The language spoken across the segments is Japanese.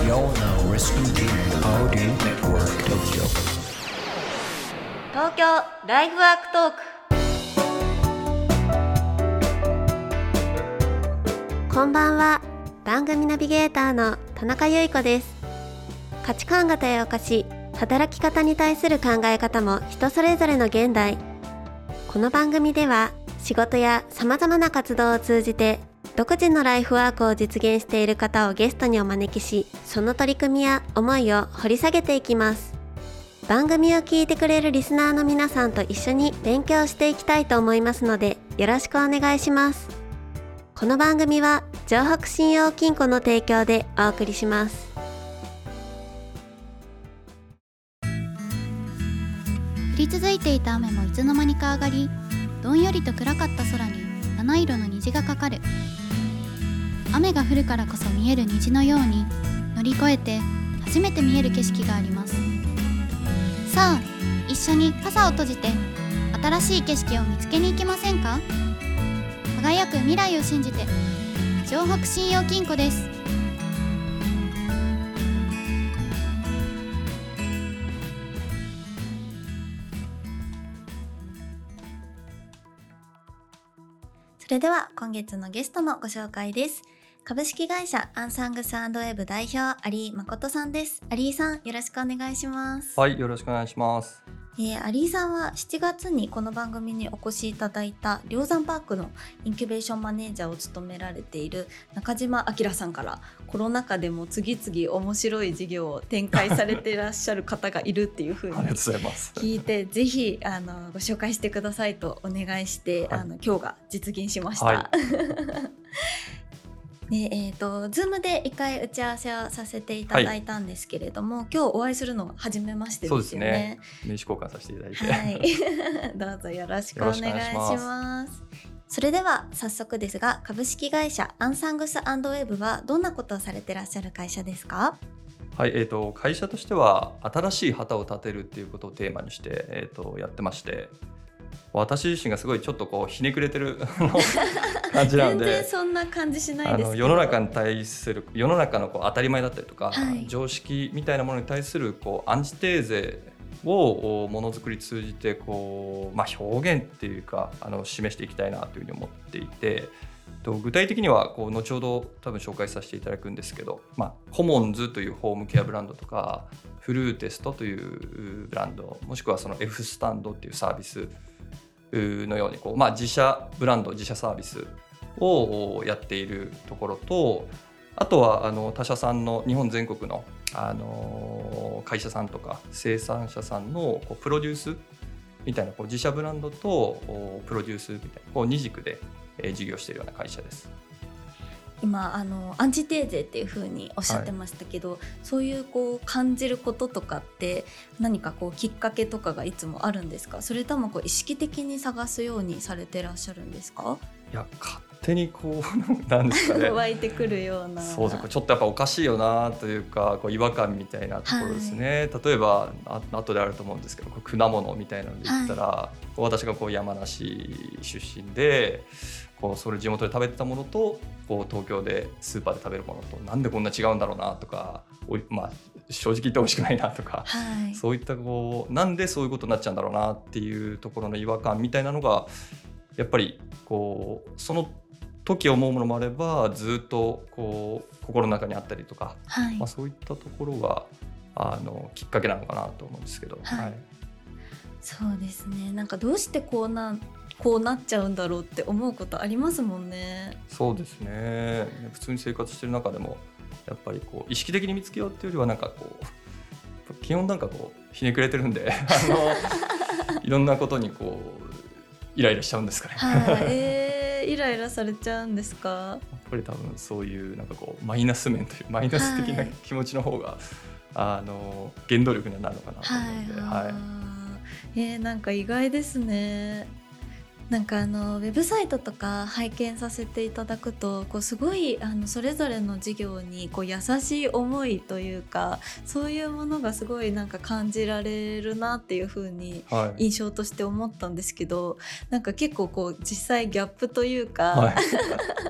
You're now listening to Audio Network Tokyo. 東京ライフワークトーク。こんばんは。番組ナビゲーターの田中由衣子です。価値観が多様化し、働き方に対する考え方も人それぞれの現代。この番組では仕事やさまざまな活動を通じて独自のライフワークを実現している方をゲストにお招きし、その取り組みや思いを掘り下げていきます。番組を聞いてくれるリスナーの皆さんと一緒に勉強していきたいと思いますので、よろしくお願いします。この番組は城北信用金庫の提供でお送りします。 降り続いていた雨もいつの間にか上がり、どんよりと暗かった空に七色の虹がかかる。雨が降るからこそ見える虹のように、乗り越えて初めて見える景色があります。さあ、一緒に傘を閉じて新しい景色を見つけに行きませんか？輝く未来を信じて、城北信用金庫です。 それでは今月のゲストのご紹介です。株式会社アンサングス&ウェブ代表有井誠さんです。有井さん、よろしくお願いします。 はい、よろしくお願いします。 有井さんは7月にこの番組にお越しいただいた梁山パークのインキュベーションマネージャーを務められている中島明さんから、コロナ禍でも次々面白い事業を展開されていらっしゃる方がいるっていうふうに聞いて、ぜひご紹介してくださいとお願いして、 はい、 今日が実現しました。 はいでZoom で一回打ち合わせをさせていただいたんですけれども、今日お会いするのが初めましてですよね。 そうですね。名刺交換させていただいて、 はい、どうぞよろしくお願いします。それでは早速ですが、株式会社アンサングス&ウェブはどんなことをされていらっしゃる会社ですか？ はい、会社としては新しい旗を立てるっていうことをテーマにして、やってまして、私自身がすごいちょっとこうひねくれてる感じなので全然そんな感じしないですけど、 世の中に対する世の中のこう当たり前だったりとか、 はい、 常識みたいなものに対するこうアンチテーゼをものづくり通じてこう、表現っていうか示していきたいなというふうに思っていて、具体的にはこう後ほど多分紹介させていただくんですけど、コモンズというホームケアブランドとか、フルーテストというブランド、もしくはその F スタンドっていうサービスのようにこう、自社ブランド、自社サービスをやっているところと、あとは他社さんの日本全国の、会社さんとか生産者さんのこうプロデュースみたいな、こう自社ブランドとプロデュースみたいなこう二軸で事業しているような会社です。 今アンチテーゼっていう風におっしゃってましたけど、はい、そういうこう感じることとかって何かこうきっかけとかがいつもあるんですか？それともこう意識的に探すようにされてらっしゃるんですか？ いや、勝手にこうなんですかね湧いてくるような。 そうです。ちょっとやっぱおかしいよなというか、こう違和感みたいなところですね、はい、例えば後であると思うんですけど、果物みたいなので言ったら、はい、私がこう山梨出身でこうそれ地元で食べてたものとこう東京でスーパーで食べるものとなんでこんな違うんだろうなとか、正直言って美味しくないなとか、はい、そういったこうなんでそういうことになっちゃうんだろうなっていうところの違和感みたいなのがやっぱりこうその時思うものもあれば、ずっとこう心の中にあったりとか、はい、そういったところがきっかけなのかなと思うんですけど、 はいはい、 そうですね。なんかどうしてこうなっちゃうんだろうって思うことありますもんね。 そうですね。普通に生活してる中でもやっぱりこう意識的に見つけようっていうよりは、なんかこう基本なんかこうひねくれてるんでいろんなことにこうイライラしちゃうんですかね。 イライラされちゃうんですか？ やっぱり多分そういうなんかこうマイナス面というマイナス的な気持ちの方が、原動力にはなるのかなと思うので、はい、 なんか意外ですね。なんかウェブサイトとか拝見させていただくと、こうすごいそれぞれの事業にこう優しい思いというか、そういうものがすごいなんか感じられるなっていう風に印象として思ったんですけど、なんか結構こう実際ギャップというか、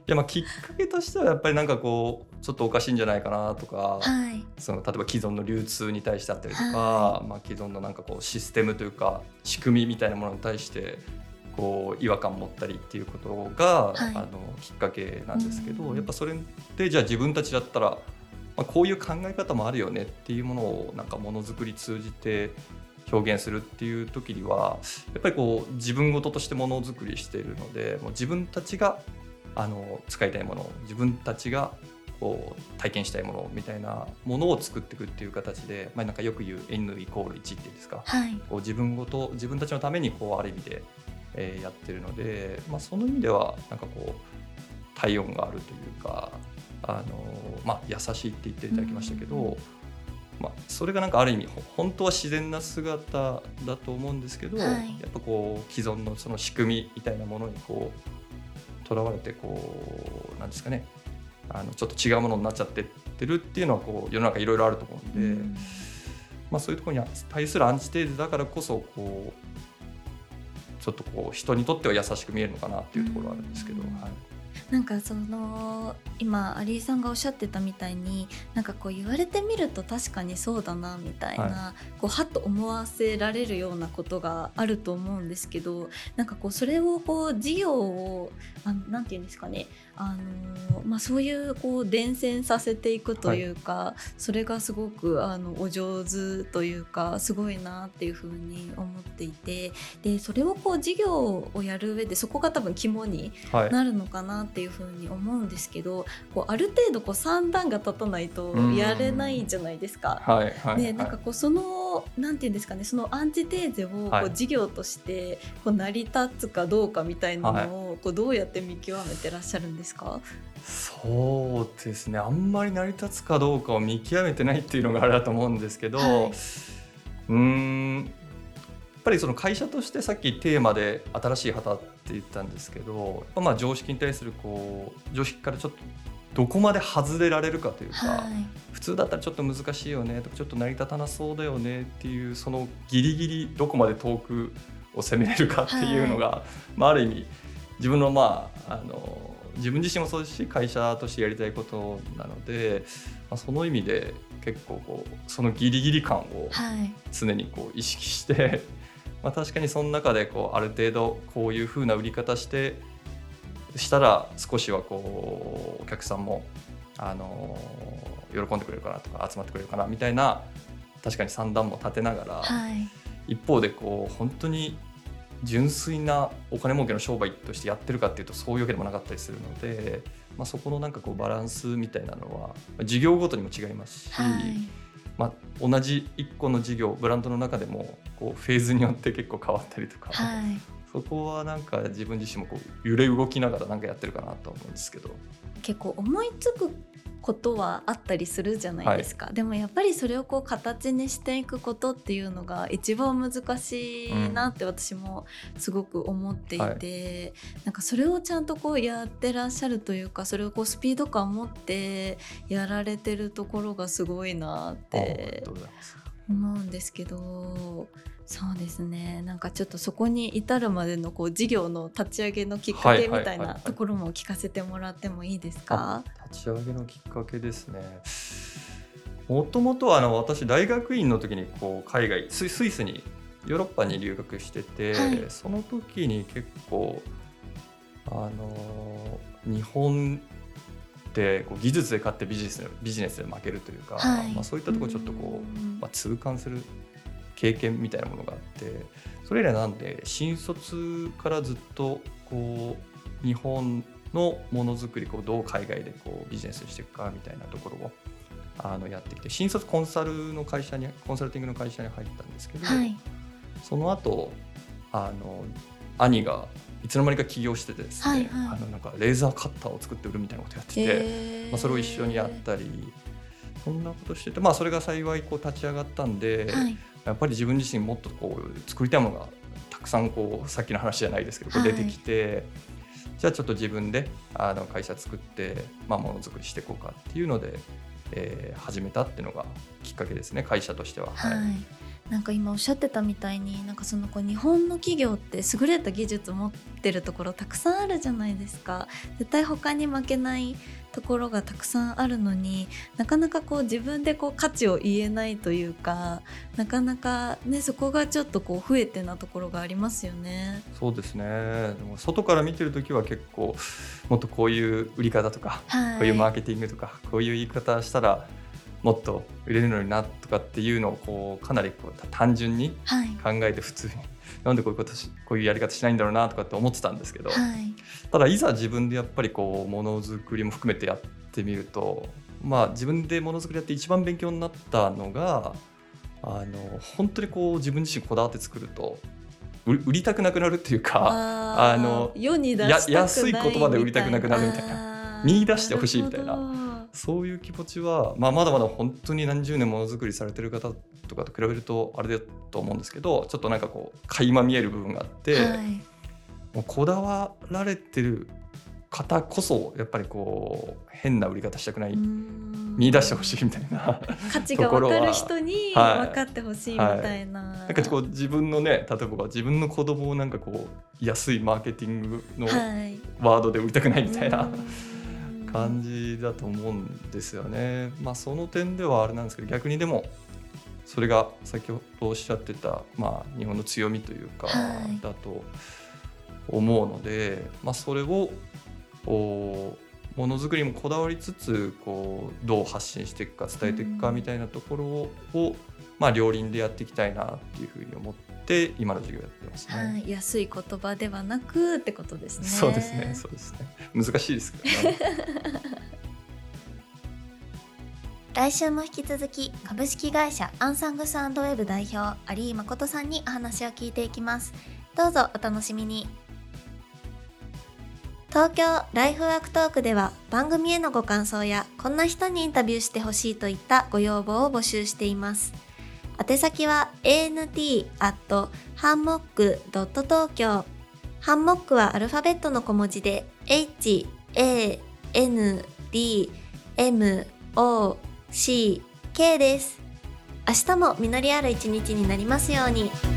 や、きっかけとしてはやっぱりなんかこうちょっとおかしいんじゃないかなとか、 はい、 その例えば既存の流通に対してあったりとか、 は既存のなんかこうシステムというか仕組みみたいなものに対してこう違和感を持ったりっていうことが、きっかけなんですけど、やっぱそれでじゃあ自分たちだったら、こういう考え方もあるよねっていうものをなんかものづくり通じて表現するっていう時にはやっぱりこう自分事としてものづくりしているので、もう自分たちが使いたいもの、自分たちがこう体験したいものみたいなものを作っていくっていう形で、なんかよく言う N=1っていうんですか、こう自分たちのためにこうある意味で、やってるので、その意味ではなんかこう体温があるというか、優しいって言っていただきましたけど、それがなんかある意味本当は自然な姿だと思うんですけど、やっぱこう既存のその仕組みみたいなものにこうとらわれてこうなんですかね、ちょっと違うものになっちゃってってるっていうのはこう世の中いろいろあると思うんで、そういうところに対するアンチテーゼだからこそこうちょっとこう人にとっては優しく見えるのかなっていうところはあるんですけど、 なんかその今アリーさんがおっしゃってたみたいに、なんかこう言われてみると確かにそうだなみたいな、こうはっと思わせられるようなことがあると思うんですけど、なんかこうそれをこう事業をなんていうんですかね、そういうこう伝染させていくというか、それがすごくお上手というかすごいなっていうふうに思っていて、でそれをこう事業をやる上でそこが多分肝になるのかなっていうふうに思うんですけど、こうある程度こう算段が立たないとやれないじゃないですか。でなんかこうそのなんていうんですかね、そのアンチテーゼをこう事業としてこう成り立つかどうかみたいなのをこうどうやって見極めてらっしゃるんですか？ そうですね、あんまり成り立つかどうかを見極めてないっていうのがあれだと思うんですけど、やっぱりその会社としてさっきテーマで新しい旗って言ったんですけど、常識に対するこう常識からちょっとどこまで外れられるかというか、普通だったらちょっと難しいよねとかちょっと成り立たなそうだよねっていう、そのギリギリどこまで遠くを攻めれるかっていうのが、ある意味自分の自分自身もそうですし会社としてやりたいことなので、その意味で結構こうそのギリギリ感を常にこう意識して、確かにその中でこうある程度こういう風な売り方したら少しはこうお客さんも喜んでくれるかなとか集まってくれるかなみたいな、確かに算段も立てながら、一方でこう本当に純粋なお金儲けの商売としてやってるかっていうとそういうわけでもなかったりするので、そこのなんかこうバランスみたいなのは事業ごとにも違いますし、同じ1個の事業ブランドの中でもこうフェーズによって結構変わったりとか、そこはなんか自分自身もこう揺れ動きながらなんかやってるかなと思うんですけど、 結構思いつくことはあったりするじゃないですか、でもやっぱりそれをこう形にしていくことっていうのが一番難しいなって私もすごく思っていて、なんかそれをちゃんとこうやってらっしゃるというか、それをこうスピード感を持ってやられてるところがすごいなって思うんですけど、そうですね、なんかちょっとそこに至るまでのこう事業の立ち上げのきっかけみたいなところも聞かせてもらってもいいですか？ 立ち上げのきっかけですね。もともとは私大学院の時にこう海外スイスにヨーロッパに留学してて、その時に結構日本でこう技術で勝ってビジネスで負けるというか、そういったところちょっとこう、痛感する経験みたいなものがあって、それ以来なんで新卒からずっとこう日本のものづくりをどう海外でこうビジネスしていくかみたいなところをやってきて、新卒コンサルティングの会社に入ったんですけど、その後兄がいつの間にか起業しててですね、なんかレーザーカッターを作って売るみたいなことやってて、それを一緒にやったりそんなことしてて、それが幸いこう立ち上がったんで、やっぱり自分自身もっとこう作りたいものがたくさんこうさっきの話じゃないですけど、出てきて、じゃあちょっと自分で会社作ってものづくりしていこうかっていうので、始めたっていうのがきっかけですね、会社としては。 なんか今おっしゃってたみたいになんかそのこう日本の企業って優れた技術を持ってるところたくさんあるじゃないですか。絶対他に負けないところがたくさんあるのになかなかこう自分でこう価値を言えないというか、なかなかねそこがちょっとこう増えてなところがありますよね。 そうですね。でも外から見てるときは結構もっとこういう売り方とか、 はい、 こういうマーケティングとかこういう言い方したらもっと売れるのになとかっていうのをこうかなりこう単純にはい考えて普通になんでこういうやり方しないんだろうなとかって思ってたんですけど、 はい、 ただいざ自分でやっぱりこうものづくりも含めてやってみると、まあ自分でものづくりやって一番勉強になったのが本当にこう自分自身こだわって作ると売りたくなくなるっていうか、 世に出したくない安い言葉で売りたくなくなるみたいな見出してほしいみたいな、 るほどそういう気持ちは、まだまだ本当に何十年ものづくりされてる方とかと比べるとあれだと思うんですけど、ちょっとなんかこう垣間見える部分があって、 はい、 もうこだわられてる方こそやっぱりこう変な売り方したくない、見出してほしいみたいな価値が分かる人にはい分かってほしいみたいな、 なんかこう自分のね、例えば自分の子供をなんかこう安いマーケティングのはいワードで売りたくないみたいなうん感じだと思うんですよね。その点ではあれなんですけど、逆にでもそれが先ほどおっしゃってた、日本の強みというかはいだと思うので、それをものづくりもこだわりつつこうどう発信していくか伝えていくかみたいなところを、両輪でやっていきたいなっていうふうに思って今の授業やってますね。 はい、安い言葉ではなくってことですね。 そうですね、そうですね。難しいですけどね。 来週も引き続き株式会社アンサングス&ウェブ代表有井誠さんにお話を聞いていきます。どうぞお楽しみに。東京ライフワークトークでは番組へのご感想やこんな人にインタビューしてほしいといったご要望を募集しています。宛先は ant@hanmock.tokyo。 ハンモックはアルファベットの小文字で HANDMOCK です。明日も実りある一日になりますように。